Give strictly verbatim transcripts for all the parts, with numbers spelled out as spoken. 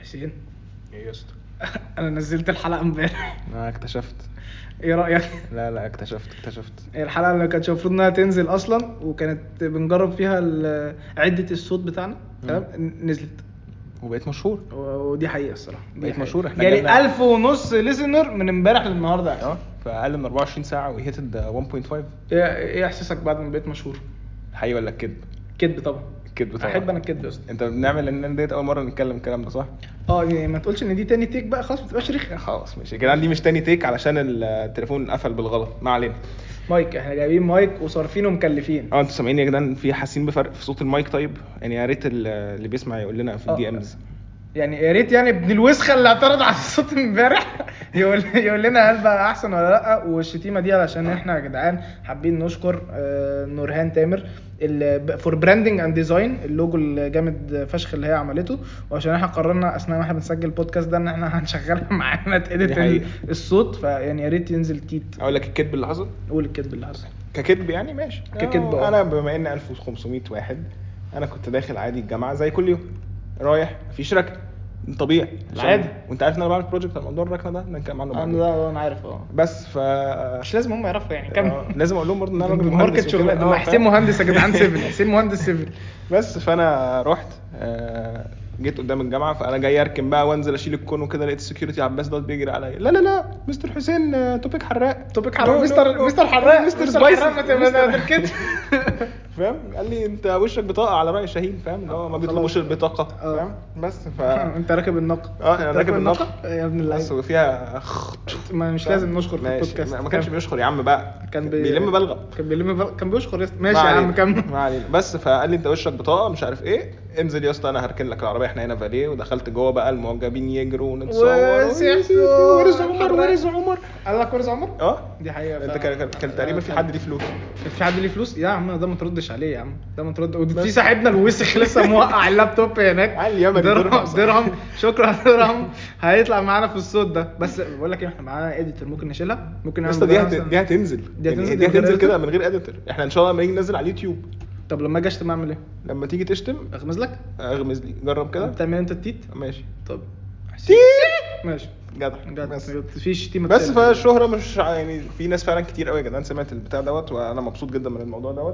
حسين ايه يا اسطى؟ انا نزلت الحلقه امبارح. انا اكتشفت. ايه رايك؟ لا لا اكتشفت اكتشفت الحلقه اللي كانت المفروض انها تنزل اصلا وكانت بنجرب فيها ال- عده الصوت بتاعنا، تمام، نزلت وبقيت مشهور. ودي حقيقه الصراحه، دي بقيت حقيقة. مشهور. احنا جالي جالنا- ألف ونص ليسنر من امبارح للنهارده. اه في اقل من أربعة وعشرين ساعه وهيتد واحد فاصلة خمسة. ايه ايه احساسك بعد ما بقيت مشهور؟ الحقيقه ولا الكذب؟ كذب طبعا. الكذب طبعا. احب انا الكذب اصلا. انت بنعمل ان ديت اول مره نتكلم الكلام ده صح؟ اه يعني ما تقولش ان دي تاني تيك بقى، خلاص ما تبقاش رخم. خلاص ماشي كده. عندي مش تاني تيك علشان التليفون قفل بالغلط، ما علينا. مايك، احنا جايبين مايك وصارفين ومكلفين. اه انتوا سامعين يا جدعان؟ في حاسين بفرق في صوت المايك؟ طيب يعني يا ريت اللي بيسمع يقول لنا في آه. الدي امز. يعني يا ريت يعني ابن الوسخه اللي اعترض على الصوت امبارح يقول يقول لنا هل بقى احسن ولا لا. والشتيمه دي علشان احنا يا جدعان حابين نشكر آه، نورهان تامر فور براندنج اند ديزاين، اللوجو الجامد فشخ اللي هي عملته. وعشان احنا قررنا اثناء ما احنا بنسجل البودكاست ده ان احنا هنشغلها معانا دي تedit حقيقة. الصوت. فيعني يا ريت ينزل تيت. اقول لك الكذب اللي حصل. قول الكذب اللي حصل. ككذب يعني ماشي. ككذب، آه. انا بما ان ألف وخمسمية واحد، انا كنت داخل عادي الجامعه زي كل يوم، رايح مفيش ركنه طبيعي العادي. وانت عارف ان انا بعمل بروجكت على موضوع الركنه ده، نتكلم عنه انا بعدين. ده انا عارف اه. بس ف مش لازم هم يعرفوا يعني كم. آه، لازم اقول لهم برضه ان انا راجل ماركت مهندس شغل. وكده. ما آه، حسين فاهم؟ مهندس يا جدعان، سيفل. حسين مهندس سيفل. بس فانا رحت آه، جيت قدام الجامعه، فانا جاي اركن بقى وانزل اشيل الكون وكده، لقيت السكيورتي عباس ده بيجري عليا. لا لا لا مستر حسين، آه، توبيك حراق. توبيك نو، حراق. نو، مستر نو. مستر حراق. مستر مستر سبايسي. حراق. ما مستر- تركتش. فاهم؟ قال لي انت وشك بطاقه على راي شاهين، فاهم؟ اللي هو ما آه، بيطلبوش خلاص. البطاقه، آه. فاهم؟ بس ف انت راكب النقه. اه انا أنت راكب النقه يا ابن بس اللعيبه. وفيها ما مش فاهم؟ لازم نشكر في ماشي. البودكاست. ما ما كانش كم- بيشكر يا عم بقى، كان بي... بيلم بلغم. كان بيلم بل... كان بيشكر يا اسطى. ما ماشي يا عم علينا. كمل. ما علينا. بس فقال لي انت وشك بطاقه مش عارف ايه، انزل يا اسطى انا هركن لك العربيه، احنا هنا فاليه. ودخلت جوه بقى، المعجبين يجروا ونتصور. وسحتوا. ورز عمر ورز عمر. قال لك ورز عمر. اه دي حقيقه. انت فعلا. كان كان- كان تقريبا في حد ليه فلوس. في حد ليه فلوس يا عم؟ ده ما تردش عليه يا عم، ده ما ترد. وفي صاحبنا الوسخ لسه موقع اللابتوب هناك. على اليمني درهم، درهم صح. درهم. شكرا درهم. هيطلع معانا في الصوت ده. بس بقول لك ايه، احنا معانا اديتور ممكن نشيلها. ممكن يا نعمل اسطى دي بدلها هت- مثلاً- دي هتنزل. دي يعني هتنزل دي من غير هتنزل كده editor؟ من غير اديتور. احنا ان شاء الله لما نيجي ننزل على اليوتيوب، طب لما اجي اشتم اعمل ايه؟ لما تيجي تشتم اغمز لك. اغمز لي، جرب كده. بتعمل انت التيت؟ ماشي. طب تيت. ماشي. جدع. جد بس في شتيمه بس تشيلها. فالشهرة مش ع- يعني في ناس فعلا كتير قوي يا جدعان سمعت البتاع دوت، وانا مبسوط جدا من الموضوع دوت.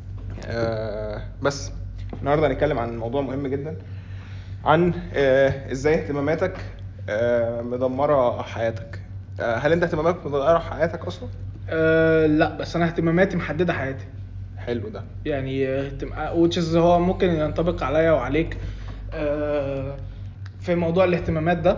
آه بس النهارده هنتكلم عن موضوع مهم جدا، عن آه ازاي اهتماماتك آه مدمرة حياتك. آه هل انت اهتماماتك مدمرة حياتك اصلا؟ أه لا، بس انا اهتماماتي محدده حياتي. حلو ده. يعني اهتم... which is هو ممكن ينطبق عليا وعليك. أه في موضوع الاهتمامات ده،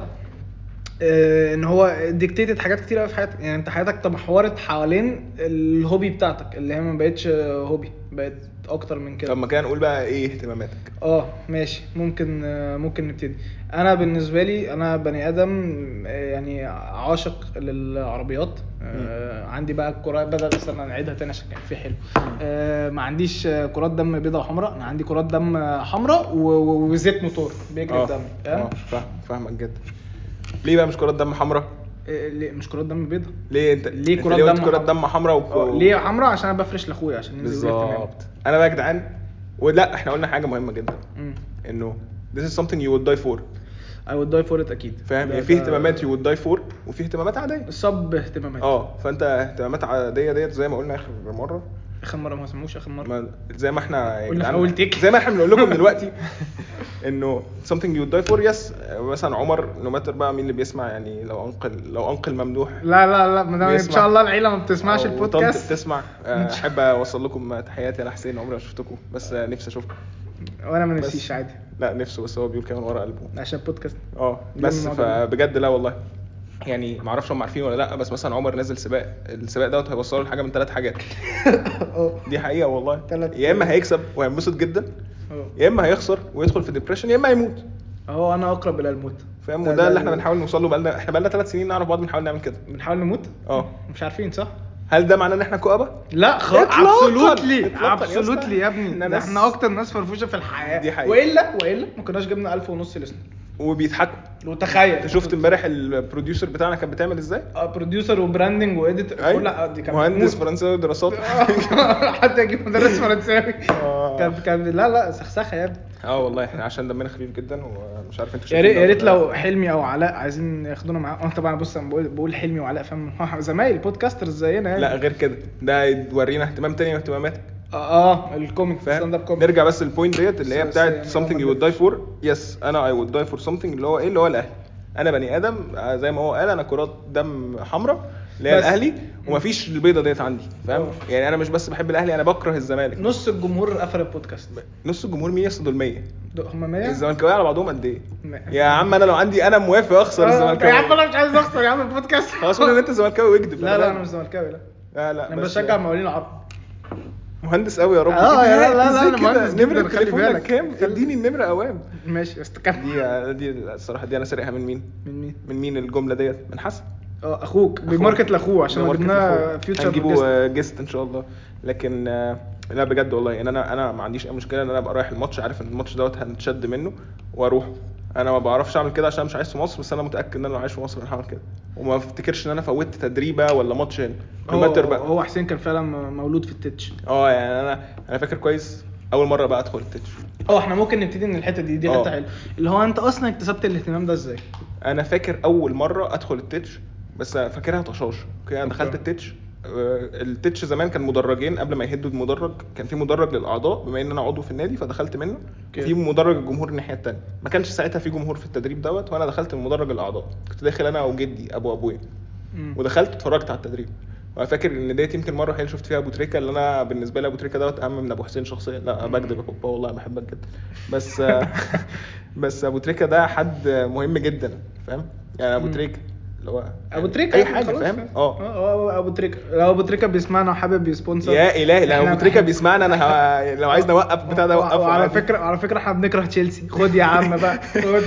أه ان هو ديكتيتد حاجات كتير قوي في حياتك. يعني انت حياتك تمحورت حوالين الهوبي بتاعتك، اللي هي ما بقتش هوبي، بقت اكتر من كده. طب ما كان نقول بقى ايه اهتماماتك؟ اه ماشي. ممكن آه، ممكن نبتدي. انا بالنسبه لي انا بني ادم آه، يعني عاشق للعربيات. آه، عندي بقى الكرات. بدل استنى نعيدها تاني عشان كان في حلو. آه، ما عنديش آه، كرات دم بيضاء وحمراء. انا عندي كرات دم آه، حمراء و- و- وزيت موتور بيجري اه في دمي. اه فاهم؟ فاهم فاهمك جدا. ليه بقى مش كرات دم حمراء؟ آه، ليه مش كرات دم بيضاء؟ ليه انت ليه انت كرات ليه قلت دم كرات حمراء؟ دم حمراء اه وك... ليه حمراء؟ عشان انا بفرش لاخويا عشان ينزل يقول اهتمام. بالظبط. انا بقى يا جدعان، ولا احنا قلنا حاجه مهمه جدا، امم انه this is something you would die for. I would die for it اكيد. فاهم؟ ده- يعني في ده اهتمامات you would die for وفي اهتمامات عاديه. صب اهتمامات. اه فانت اهتمامات عاديه ديت زي ما قلنا اخر مره، اخر مره ما سمعوش. اخر مره ما زي ما احنا يا قلنا في جدعان أول تيك. زي ما احنا بنقول لكم دلوقتي انه something you would die for. يس مثلا عمر نوماتر بقى مين اللي بيسمع، يعني لو انقل لو انقل ممدوح لا لا لا مدام ان بيسمع. شاء الله العيله ما بتسمعش أو طنط البودكاست. بتسمع. آه، احب اوصل لكم تحياتي. انا حسين عمري ما شفتكم، بس آه، نفسي اشوفكم. وانا ما بس نفسيش عادي لا نفسه، بس هو بيقول كمان ورا قلبه عشان بودكاست. اه. لم بس معجبين. فبجد لا والله، يعني ما اعرفش هم عارفين ولا لا، بس مثلا عمر نزل سباق، السباق دوت هيوصله لحاجه من ثلاث حاجات. اه دي حقيقه والله. تلات- يا اما هيكسب وهينبسط جدا، اه يا اما هيخسر ويدخل في ديبريشن، يا اما هيموت. اهو انا اقرب الى الموت. فاهم؟ ده- وده ده اللي احنا ال- بنحاول نوصل له بقالنا، احنا بقالنا ثلاث سنين نعرف بعض بنحاول نعمل كده. بنحاول نموت. اه مش عارفين صح. هل ده معناه ان احنا كؤبه؟ لا خ... إطلاقاً. ابسولوتلي إطلاقاً يا اسطى. ابسولوتلي يا ابني. إحنا ده ناس- احنا اكتر ناس فرفوشه في الحياه. دي حقيقة. والا والا ما كناش جبنا ألف ونص لسنه. وبيضحكوا. وتخيل انت شفت امبارح البروديوسر بتاعنا كان بتعمل ازاي؟ بروديوسر وبراندنج واديتور كل أيوة. دي كان مهندس هتموت. فرنساوي دراسات. حتى يجيب مدرس فرنساوي. آه. كان كان لا لا سخسخه يا ابني. اه والله احنا عشان دمنا خفيف جدا ومش عارف انتوا يا ريت يا ريت ولا لو لا. حلمي او علاء عايزين ياخدونا معاهم. اه طبعا بص انا بقول بقول حلمي وعلاء فاهم زمايل بودكاسترز زينا يعني. لا غير كده ده يورينا اهتمام تاني واهتماماتك اه اه الكوميدي ستاند فاهم. اب كوميدي. نرجع بس للبوينت ديت اللي هي س- س- بتاعت يعني something يوم you would die for. يس انا I would die for something اللي هو ايه اللي هو الاهلي. انا بني ادم آه، زي ما هو قال انا كرات دم حمراء اللي هي بس. الاهلي ومفيش البيضه ديت عندي فاهم. اه. يعني انا مش بس بحب الاهلي انا بكره الزمالك. نص الجمهور قفل البودكاست. نص الجمهور مية يصدوا المية. هم مية. الزملكاويه على بعضهم قد ايه م- يا عم. انا لو عندي انا موافق اخسر آه، يا عم الزملكاويه. انا مش عايز اخسر يا عم البودكاست. خلاص قول ان انت زملكاوي واكذب. لا لا انا مش زملكاوي لا. لا لا انا بس بشجع المقاولين العرب. مهندس قوي يا رب. اه إيه ده؟ لا لا لا إزاي انا كده؟ مهندس جدا نمرة خلي تليفونك بالك. كام؟ خلي- اديني النمرة اوام. ماشي استكمل. دي دي الصراحة دي انا سارقها من مين؟ من مين؟ من مين الجملة ديت؟ من حسن. اه اخوك بماركت لاخوه عشان بماركت جبناه لأخوه. فيوتشر هنجيبه جيست ان شاء الله. لكن آه، لا بجد والله يعني انا انا ما عنديش اي مشكله ان انا ابقى رايح الماتش عارف ان الماتش دوت هنتشد منه واروح. انا ما بعرفش اعمل كده عشان مش عايش في مصر بس انا متاكد ان انا لو عايش في مصر هعمل كده وما افتكرش ان انا فوتت تدريبه ولا ماتش هنا. هو الماتر بقى هو حسين كان فعلا مولود في التتش. اه يعني انا انا فاكر كويس اول مره بقى ادخل التتش. اه احنا ممكن نبتدي من الحته دي دي اه. حته حلوه اللي هو انت اصلا اكتسبت الاهتمام ده ازاي؟ انا فاكر اول مره ادخل التتش بس فاكرها طشاش. اوكي انا دخلت أوكي. التتش. آه، التتش زمان كان مدرجين قبل ما يهدوا المدرج كان في مدرج للاعضاء بما ان انا عضو في النادي فدخلت منه. أوكي. وفي مدرج الجمهور الناحيه الثانيه ما كانش ساعتها في جمهور في التدريب دوت وانا دخلت من مدرج الاعضاء كنت داخل انا وجدي ابو ابويا. مم. ودخلت اتفرجت على التدريب. وانا فاكر ان ديت يمكن مره وحيده شفت فيها ابو تريكه اللي انا بالنسبه لي ابو تريكه دوت اهم من ابو حسين شخصيا. لا بكذب يا بابا والله بحبك جدا. بس بس ابو تريكه ده حد مهم جدا فاهم. يعني ابو مم. تريكه اللي هو ابو يعني تريكه اي يعني حاجه خلاص فاهم. اه اه ابو تريكه لو ابو تريكه بيسمعنا وحابب يسبونسر يا الهي لو إحنا- ابو تريكه بيسمعنا انا ه... لو عايز نوقف بتاع ده وقفه وعلى عادي. فكره على فكره احنا بنكره تشيلسي خد يا عم بقى خد.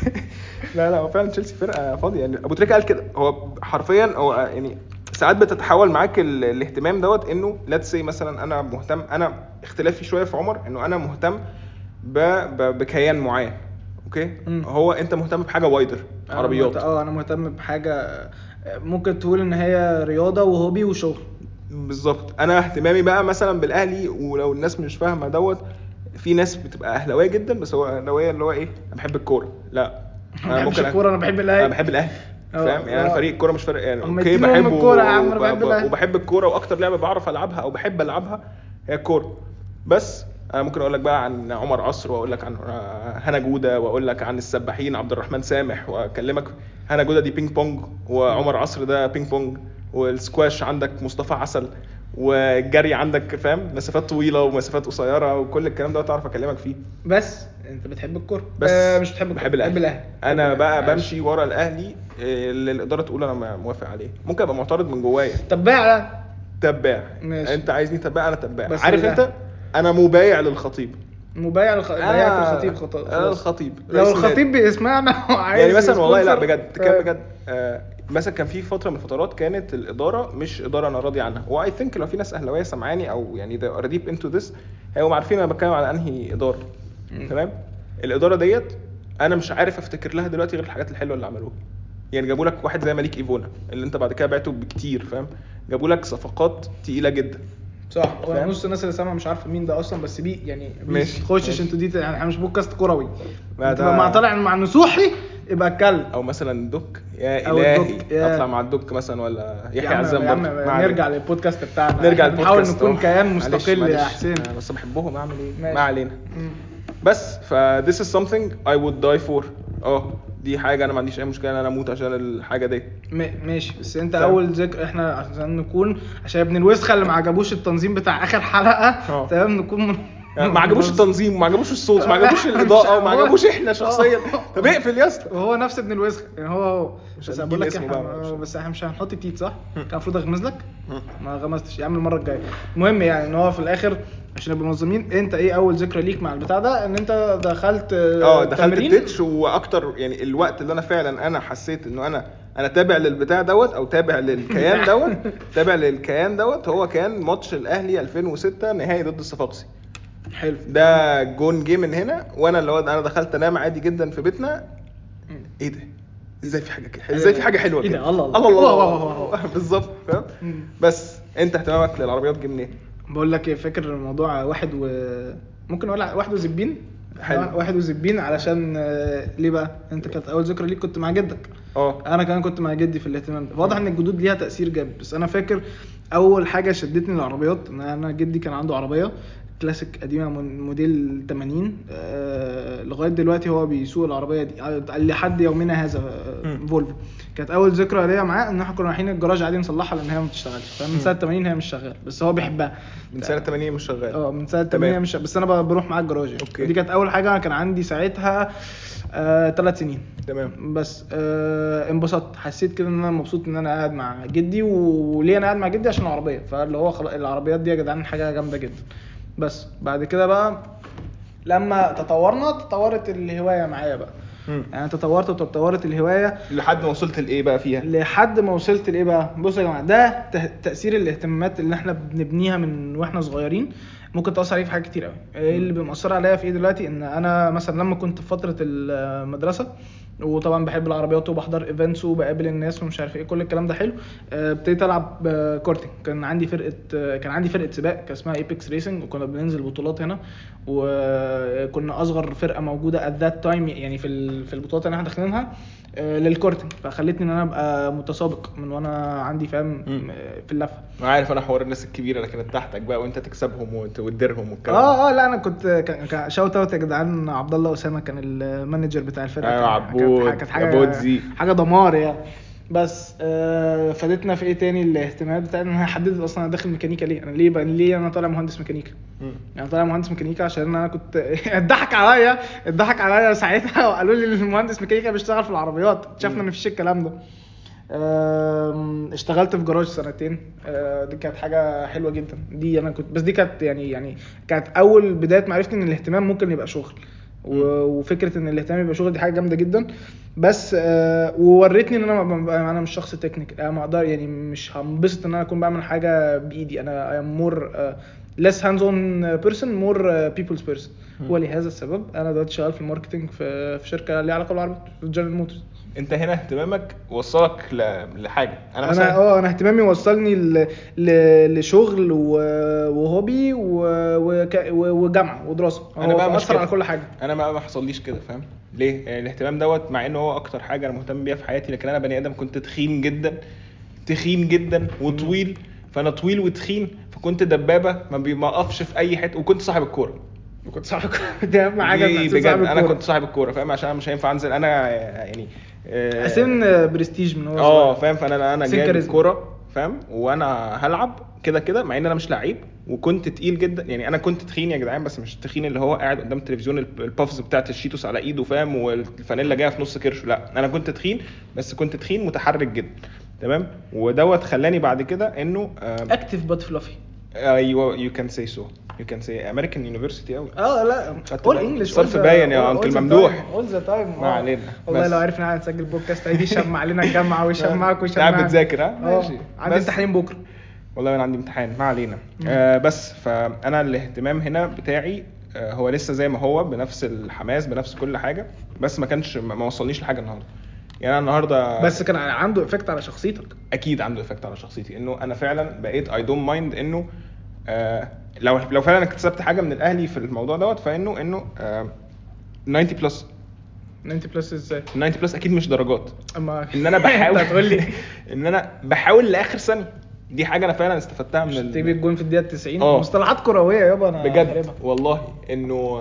لا لا هو فعلا تشيلسي فرقه فاضيه يعني ابو تريكه قال كده هو حرفيا هو يعني ساعات بتتحول معاك ال... الاهتمام دوت انه ليتس سي مثلا انا مهتم انا اختلافي شويه في عمر انه انا مهتم ب... ب... بكيان معين. اوكي مم. هو انت مهتم بحاجه وايدر أنا عربيات. مهت- اه انا مهتم بحاجه ممكن تقول ان هي رياضه وهوبي وشغل. بالظبط. انا اهتمامي بقى مثلا بالاهلي ولو الناس مش فاهمه دوت في ناس بتبقى اهلاويه جدا بس هو اهلاويه اللي هو ايه انا بحب الكوره. لا ما بحبش الكوره انا بحب انا الاهلي. بحب الاهلي اه، فاهم. يعني انا لا. فريق الكوره مش فرق يعني هم اوكي يدينوا أم بحبه الكورة يا عم، أنا وب- بحب ب- الأهلي. وبحب الكوره واكتر لعبه بعرف العبها او بحب العبها هي الكوره. بس انا ممكن اقول لك بقى عن عمر عصر واقول لك عن هنا جوده واقول لك عن السباحين عبد الرحمن سامح واكلمك. هنا جوده دي بينج بونج وعمر عصر ده بينج بونج. والسكواش عندك مصطفى عسل. والجري عندك فاهم مسافات طويله ومسافات قصيره وكل الكلام ده تعرف اكلمك فيه. بس انت بتحب الكوره بس آه مش بتحب الكوره بحب الاهلي. الاهلي انا بحب بقى الأهلي. بمشي ورا الاهلي إيه، اللي الاداره تقول انا موافق عليه. ممكن ابقى معترض من جوايا. طب بقى تباع. ماشي. انت عايزني تباع انا تباع بس عارف للأهلي. انت. انا مبايع للخطيب. مبايع الخ... أنا بيعت الخطيب خط... خلاص الخطيب لو رئيس الخطيب النادي. بيسمعنا وعايز يعني مثلا والله لا يسبونسر، بجد ف- كان بجد آه مثلا كان في فتره من الفترات كانت الاداره مش اداره انا راضي عنها واي ثينك لو في ناس اهلاويه سمعاني او يعني they are deep into this هيبقوا عارفين انا بتكلم على انهي اداره. مم. تمام. الاداره ديت انا مش عارف افتكر لها دلوقتي غير الحاجات الحلوه اللي عملوها. يعني جابوا لك واحد زي مليك ايفونا اللي انت بعد كده بعته بكتير فاهم. جابوا لك صفقات تقيله جدا. صح. هو فاهم؟ نص الناس اللي سامعه مش عارفه مين ده اصلا بس بي يعني بي ماشي، تخشش ماشي. انتوا دي يعني احنا مش بودكاست كروي. لا تبقى ده- مع طالع مع نصوحي يبقى اتكلم. او مثلا دوك يا أو الهي الدوك، يا- اطلع مع الدوك مثلا ولا يا يحيى عم عزام يا عم برضه ما علينا. نرجع للبودكاست بتاعنا. نرجع إحنا بنحاول البودكاست نكون أهو. كيان معلش، مستقل معلش. يا حسين. آه، بس بحبهم اعمل ايه ماشي. ما علينا. مم. بس ف this is something I would die for. اه دي حاجه انا ما عنديش اي مشكله ان انا اموت عشان الحاجه دي. م- ماشي بس انت فاهم؟ اول ذكر احنا عشان نكون عشان ابن الوسخه اللي ما عجبوش التنظيم بتاع اخر حلقه اه. تمام نكون من... ما عجبوش التنظيم ما عجبوش الصوت ما عجبوش الاضاءه وما هو- عجبوش احنا شخصيا. اه. طب اقفل يا اسطى. وهو نفس ابن الوسخ يعني هو هو مش بس هنجيب بقول لك اسمه احنا بقى، مش- بس احنا مش هنحط تيت صح كان المفروض اغمز لك ما غمزتش يا عم المره الجايه. المهم يعني ان هو في الاخر عشان نبقى منظمين انت ايه اول ذكرى ليك مع البتاع ده ان انت دخلت اه دخلت تمرين؟ التتش واكتر يعني الوقت اللي انا فعلا انا حسيت انه انا انا تابع للبتاع دوت او تابع للكيان دوت تابع للكيان دوت هو كان ماتش الاهلي ألفين وستة نهائي ضد الصفاقسي. حلو ده جون جه من هنا وانا اللي هو انا دخلت انام عادي جدا في بيتنا. ايه ده ازاي في حاجه كده ازاي في حاجه حلوه ايه كده ده؟ الله الله. الله الله, الله الله, الله. الله. بالظبط فاهم. مم. بس انت اهتمامك للعربيات جه منين؟ بقول لك ايه فاكر الموضوع واحد و ممكن اقول واحد وزبين حلو. واحد وزبين علشان آه، ليه بقى انت كانت اول ذكرى ليك كنت مع جدك. اه انا كمان كنت مع جدي في الاهتمام ده. واضح ان الجدود ليها تاثير جامد. بس انا فاكر اول حاجه شدتني العربيات ان انا جدي كان عنده عربيه كلاسيك قديمه من موديل ثمانين أه لغايه دلوقتي هو بيسوق العربيه دي آه، لحد يومنا هذا آه، مم. فولفو. كانت اول ذكرى ليا معاه ان احنا كنا رايحين الجراج عادي نصلحها لان هي ما بتشتغلش. فمن سنه ثمانين هي مش شغاله بس هو بيحبها. من سنه ثمانين مش شغال. اه من سنه تمام. ثمانين مش بس انا ب- بروح معاه الجراج يعني. أوكي. دي كانت اول حاجه. انا كان عندي ساعتها آه، ثلاث سنين. تمام. بس آه، انبسطت حسيت كده ان انا مبسوط ان انا قاعد مع جدي. وليه انا قاعد مع جدي؟ عشان العربيه. فاللي هو خلاص العربيات دي يا جدعان حاجه جامده جدا. بس بعد كده بقى لما تطورنا تطورت الهوايه معايا بقى. مم. يعني تطورت وتطورت الهوايه لحد ما وصلت لايه بقى فيها؟ لحد ما وصلت لايه بقى. بصوا يا جماعه ده ت- تاثير الاهتمامات اللي احنا بنبنيها من واحنا صغيرين ممكن تاثر عليه في حاجات كتير قوي. ايه اللي بيأثر عليا في ايه دلوقتي؟ ان انا مثلا لما كنت في فتره المدرسه وطبعا بحب العربيات وبحضر ايفنتس وبقابل الناس ومش عارف ايه كل الكلام ده حلو. آه، ابتديت العب آه، كورتنج. كان عندي فرقه آه، كان عندي فرقه سباق كان اسمها ايبكس ريسنج وكنا بننزل بطولات هنا. وكنا اصغر فرقه موجوده at that time يعني في ال- في البطولات اللي احنا داخلينها آه، للكورتنج. فخلتني ان انا ابقى متسابق من وانا عندي فاهم مم. آه، في اللفه. انا عارف انا حوار الناس الكبيره اللي كانت تحتك بقى وانت تكسبهم وت- وتديرهم والكلام ده. اه اه لا انا كنت كان شاوت اوت يا جدعان. عبد الله اسامه كان المانجر بتاع الفرقه. ايوه كان- عبود كانت يا حاجه بودزي. حاجه دمار يعني. بس آه فادتنا في ايه تاني الاهتمامات بتاعتنا. انا حددت اصلا انا داخل ميكانيكا ليه. انا ليه بقى ليه انا طالع مهندس ميكانيكا. مم. يعني طالع مهندس ميكانيكا عشان انا كنت اتضحك عليا اتضحك عليا ساعتها وقالوا لي المهندس ميكانيكا بيشتغل في العربيات. اكتشفنا ان مفيش الكلام ده. آم، اشتغلت في جراج سنتين. آه، دي كانت حاجه حلوه جدا. دي انا كنت بس دي كانت يعني يعني كانت اول بدايه معرفتي ان الاهتمام ممكن يبقى شغل. و- وفكره ان الاهتمام يبقى شغل دي حاجه جامده جدا. بس آه، ووريتني ان انا ما- انا مش شخص تكنيك. انا ما اقدر يعني مش هنبسط ان انا اكون بعمل حاجه بايدي. انا I am more uh, less hands on person more uh, people's person. ولهذا السبب انا دلوقتي شغال في الماركتنج في في شركه ليها علاقه بالعربيات في جنرال موتورز. انت هنا اهتمامك وصلك ل- لحاجه. انا انا مثلا اه انا اهتمامي وصلني ل... ل... لشغل و... وهوبي و... وك... و... وجامعه ودراسه. انا هو بقى مش بأثر كده. على كل حاجه. انا ما ما حصليش كده فاهم ليه؟ يعني الاهتمام دوت مع انه هو اكتر حاجه انا مهتم بيها في حياتي، لكن انا بني ادم كنت تخين جدا تخين جدا وطويل. فانا طويل وتخين فكنت دبابه ما بيوقفش في اي حته. وكنت صاحب الكوره. وكنت صاحب دي اهم حاجه دي بتحسب بجد صاحب انا الكورة. كنت صاحب الكوره فاهم عشان انا مش هينفع انزل انا يعني آه، حسين برستيج من هو اه صغير. فاهم. فانا انا حسين جايب كاريزما. الكوره فاهم وانا هلعب كده كده مع ان انا مش لعيب. وكنت تقيل جدا يعني انا كنت تخين يا جدعان بس مش التخين اللي هو قاعد قدام التلفزيون الب- البافز بتاعت الشيتوس على ايده فاهم والفانيلا جايه في نص كرشه. لا انا كنت تخين بس كنت تخين متحرك جدا. تمام. ودوت خلاني بعد كده انه آم، اكتف بات فلافي. ايوه يو كان سي سو يو كان سي امريكان يونيفرسيتي قوي. اه لا خدت اول بالك؟ انجلش الصرف باين يا انكل ممدوح. اول ذا تايم. ما علينا. والله بس. لو عرفنا هنسجل بودكاست هيجي يشمع علينا الجامعه ويشمعك قاعد ويشمعك. بتذاكر ها؟ اه ماشي. عندي بس. امتحانين بكره. والله انا عندي امتحان ما علينا. آه بس فانا الاهتمام هنا بتاعي آه هو لسه زي ما هو بنفس الحماس بنفس كل حاجه. بس ما كانش ما وصلنيش لحاجه النهارده. يعني انا النهارده بس كان عنده افكت على شخصيتك. اكيد عنده افكت على شخصيتي انه انا فعلا بقيت اي دونت مايند انه آه لو لو فعلا اكتسبت حاجه من الاهلي في الموضوع دوت فانه انه آه تسعين بلس. تسعين بلس ازاي؟ تسعين بلس اكيد مش درجات. اما ان انا بحاول انت هتقول لي ان انا بحاول لاخر ثانيه. دي حاجه انا فعلا استفدتها من ال... تجيب الجون في الدقيقه تسعين. آه. مصطلحات كرويه يابا انا بجد خاربها. والله انه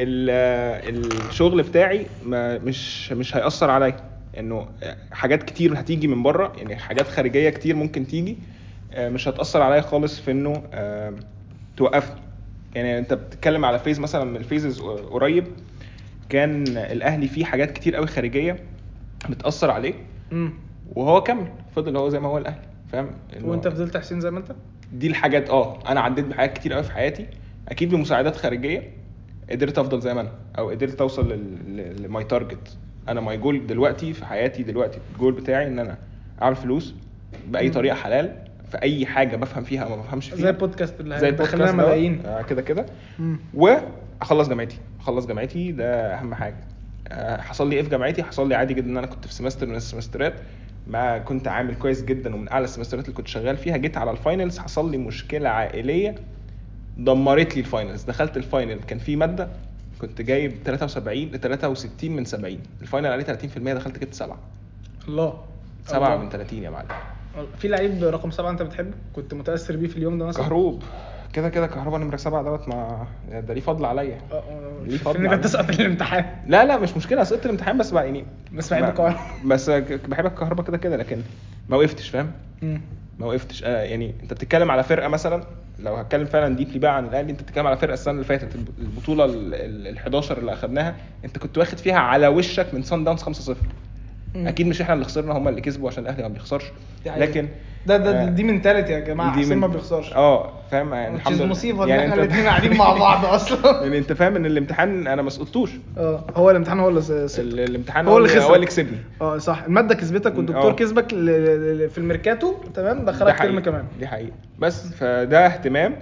ال- الشغل بتاعي ما مش مش هيأثر عليا. انه حاجات كتير هتيجي من بره يعني حاجات خارجيه كتير ممكن تيجي آه، مش هتأثر عليا خالص في انه آه، توقفني. يعني انت بتتكلم على فيز مثلا من الفيزز قريب كان الاهلي فيه حاجات كتير قوي خارجيه بتأثر عليه امم وهو كمل فضل هو زي ما هو الاهلي فاهم. إنه وانت فضلت حسين زي ما انت. دي الحاجات اه انا عديت بحاجات كتير قوي في حياتي اكيد بمساعدات خارجيه قدرت افضل زي ما انا او قدرت اوصل لماي تارجت. انا ماي جول دلوقتي في حياتي دلوقتي الجول بتاعي ان انا اعمل فلوس باي مم. طريقه حلال في اي حاجه بفهم فيها او ما بفهمش فيها زي البودكاست اللي زي هيدخل البودكاست لنا دوت. ملايين. آه كده كده. مم. واخلص جامعتي اخلص جامعتي ده اهم حاجه. آه حصل لي ايه في جامعتي؟ حصل لي عادي جدا ان انا كنت في سمستر من السمسترات ما كنت عامل كويس جدا ومن اعلى السمسترات اللي كنت شغال فيها. جيت على الفاينلز حصل لي مشكله عائليه دمرت لي الفاينلز. دخلت الفاينل كان في ماده كنت جايب تلاتة وسبعين ل تلاتة وستين من سبعين، الفاينل عليه ثلاثين في المية، دخلت جبت سبعة الله سبعة الله. من ثلاثين يا معلم. في لعيب رقم سبعة انت بتحبه كنت متاثر بيه في اليوم ده مثلا؟ كهروب كده كده، كهربا نمرة سبعة دوت، ما ده ليه فضل عليا. ليه فضل انك عليا. تسقط الامتحان. لا لا مش مشكله، سقطت الامتحان بس بقى يعني بس بحب ما- الكهرباء. بس بحب الكهرباء كده كده، لكن ما وقفتش فاهم. مم. ما وقفتش آه يعني انت بتتكلم على فرقه مثلا، لو هتكلم فعلا ديبلي بقى عن الاهلي، انت بتتكلم على فرقه السنه اللي فاتت البطوله ال حداشر اللي اخدناها، انت كنت واخد فيها على وشك من سان داونز خمسة صفر. مم. اكيد مش احنا اللي خسرنا، هم اللي كسبوا عشان الاهلي ما بيخسرش. دي حقيقة. لكن ده ده آه، دي منتاليتي يا جماعه، دي حسين من- ما بيخسرش. اه فاهم يعني الحمد لله. مصيبه يعني ان احنا انت- الاثنين قاعدين مع بعض اصلا. يعني انت فاهم ان الامتحان انا ما سقطتوش، اه هو الامتحان هو اللي ال- سقط. الامتحان هو اللي خسرك. هو اللي كسبني. اه صح، الماده كسبتك والدكتور اه. كسبك ل- ل- في الميركاتو، تمام، ده دخلك ترم حقيقي. كمان. دي حقيقة. بس فده اهتمام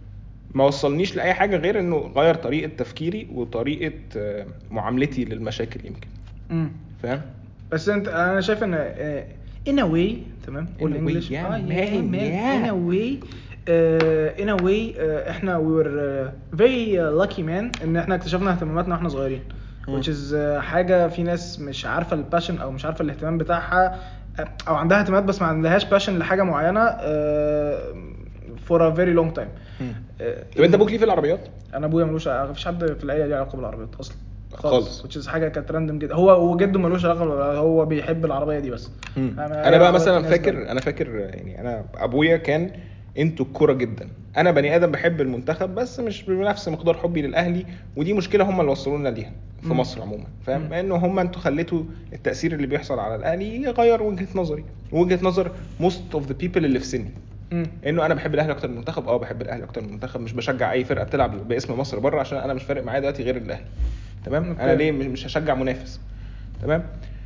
ما وصلنيش لأي حاجة غير انه غير طريقة تفكيري وطريقة آه، معاملتي للمشاكل يمكن. امم فاهم؟ بس انت انا شايف ان in a way تمام In a قول way، انجلش. yeah, اه man, yeah. in a way uh, in a way uh, احنا we were uh, very uh, lucky man ان احنا اكتشفنا اهتماماتنا واحنا صغيرين. مم. which is uh, حاجة في ناس مش عارفة الباشن او مش عارفة الاهتمام بتاعها، او عندها اهتمامات بس ما عندهاش باشن لحاجة معينة uh, for a very long time. مم. uh, طب انت ابوك ليه في العربيات؟ انا ابويا ملوش، مفيش حد في العيله ليه علاقه بالعربيات اصلا خالص. which is حاجه كانت راندم جدا. هو وجده ملوش علاقه بالعربيات، هو بيحب العربيه دي بس. مم. أنا- انا أي بقى عربية مثلا تناسبك. فاكر انا فاكر يعني انا ابويا كان انتوا الكوره جدا. انا بني ادم بحب المنتخب بس مش بنفس مقدار حبي للاهلي، ودي مشكله هم اللي وصلونا ليها في مم. مصر عموما فاهم. مم. لانه هم انتوا خليتوا التاثير اللي بيحصل على الاهلي يغير وجهه نظري ووجهه نظر most of the people اللي في سني. مم. انه انا بحب الاهلي اكتر من المنتخب. اه بحب الاهلي اكتر من المنتخب، مش بشجع اي فرقه بتلعب باسم مصر بره عشان انا مش فارق معايا دلوقتي غير الاهلي. تمام. أوكي. انا ليه مش هشجع منافس؟ تمام.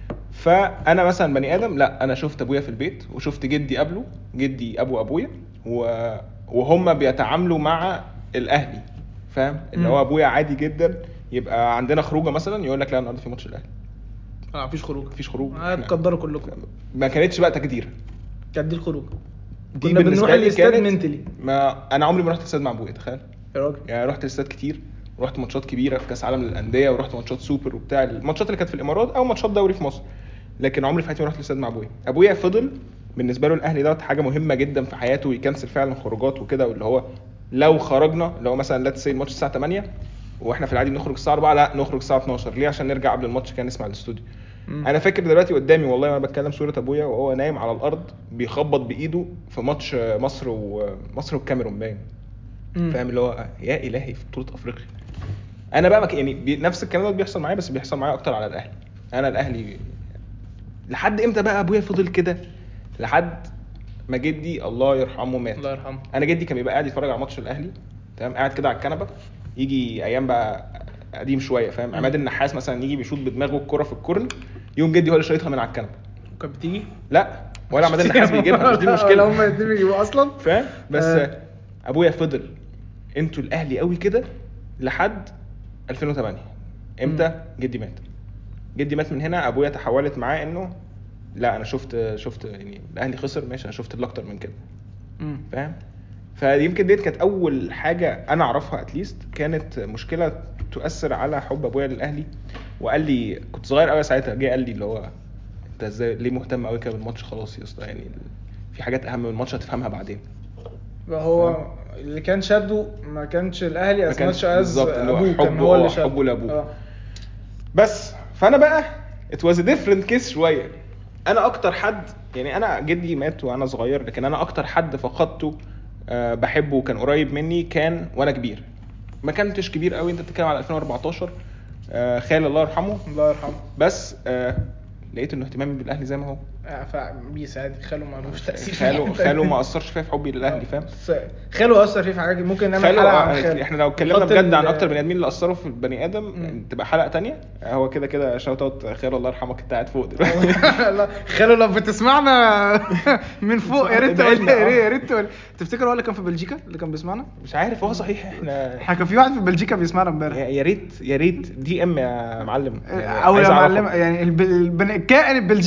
فانا مثلا بني ادم، لا انا شفت ابويا في البيت وشفت جدي قبله، جدي ابو ابويا و... وهم بيتعاملوا مع الاهلي فاهم. اللي مم. هو ابويا عادي جدا يبقى عندنا خروجه مثلا يقول لك لا النهارده في ماتش الاهلي، اه مفيش خروج. مفيش خروج. هتقدروا كلكم. ما كانتش بقى تقدير. كانت دي الخروج. دي كنا بنروح بالنسبه لي الاستاد كانت منتلي. ما انا عمري ما رحت الاستاد مع ابويا تخيل. يا راجل يعني رحت الاستاد كتير، ورحت ماتشات كبيره في كاس عالم للانديه، ورحت ماتشات سوبر وبتاع الماتشات اللي كانت في الامارات او ماتشات دوري في مصر، لكن عمري في حياتي ما رحت الاستاد مع ابويا. ابويا فضل بالنسبه له الاهلي دوت حاجه مهمه جدا في حياته، ويكنسل فعلا خروجات وكده، واللي هو لو خرجنا اللي هو مثلا لا سي الماتش الساعه تمانية واحنا في العادي بنخرج الساعه أربعة، لا نخرج الساعه اتناشر. ليه؟ عشان نرجع قبل الماتش كان نسمع الاستوديو. مم. انا فاكر دلوقتي قدامي والله وانا بتكلم صوره ابويا وهو نايم على الارض بيخبط بايده في ماتش مصر ومصر والكاميرون باين مم. فاهم. اللي هو يا الهي في بطوله افريقيا. انا بقى مك... يعني بي... نفس الكلام ده بيحصل معايا، بس بيحصل معايا اكتر على الاهلي. انا الاهلي لحد امتى بقى ابويا فضل كده؟ لحد ما جدي الله يرحمه مات. الله يرحمه. انا جدي كان بيبقى قاعد يتفرج على ماتش الاهلي تمام، قاعد كده على الكنبه، يجي ايام بقى قديم شويه فاهم، مم. عماد النحاس مثلا يجي بيشوط بدماغه الكره في الكورن، يوم جدي هو اللي شايطها من على الكنبه. وكانت بتيجي لا ولا عماد النحاس بيجيبها، مش دي المشكله. هم الاثنين بيجيبوا اصلا فاهم. بس آه. ابويا فضل انتوا الاهلي قوي كده لحد ألفين وتمانية. امتى؟ جدي مات. جدي مات من هنا ابويا تحولت معاه انه لا انا شفت شفت يعني الاهلي خسر ماشي، انا شفت الاكتر من كده مم. فاهم. فيمكن ديت كانت اول حاجه انا اعرفها اتليست كانت مشكله تؤثر على حب ابويا للاهلي. وقال لي كنت صغير قوي ساعتها، جه قال لي اللي هو انت ازاي ليه مهتم قوي كده بالماتش؟ خلاص يا اسطى يعني في حاجات اهم من الماتش هتفهمها بعدين. هو اللي كان شده ما كانش الاهلي ما از كانش ماتش از بالظبط اللي هو ابوه، كان حبه هو اللي اه شده حبه لابوه. اه. بس فانا بقى it was a different case شويه. انا اكتر حد يعني انا جدي مات وانا صغير، لكن انا اكتر حد فقدته أه بحبه وكان قريب مني كان وانا كبير. ما كنتش كبير قوي، انت بتتكلم على ألفين وأربعتاشر. أه خالي الله يرحمه. الله يرحمه. بس أه لقيت انه اهتمامي بالاهلي زي ما هو. فبيس عادي، خاله ما لهوش تاثير. خاله خاله ما اثرش فيا في حبي للاهلي فاهم. خاله اثر فيه في حاجه، ممكن نعمل خاله حلقه عن آه خاله. احنا لو اتكلمنا نحط بجد عن ال- اكتر بني ادمين اللي اثروا في البني ادم مم. تبقى حلقه تانية. هو كده كده شوت اوت خير الله يرحمك، انت قاعد فوق دلوقتي. لا، خاله لو بتسمعنا من فوق يا ريت ادعي تقول لنا، يا آه. ريت يا ريت تقول. تفتكر هو اللي كان في بلجيكا اللي كان بيسمعنا؟ مش عارف هو صحيح. احنا احنا كان في واحد في بلجيكا بيسمعنا امبارح. يا يا ريت يا ريت دي ام يا معلم يعني او عايز يا اعرفك. معلم يعني الب- البن- الكائن البلجيكي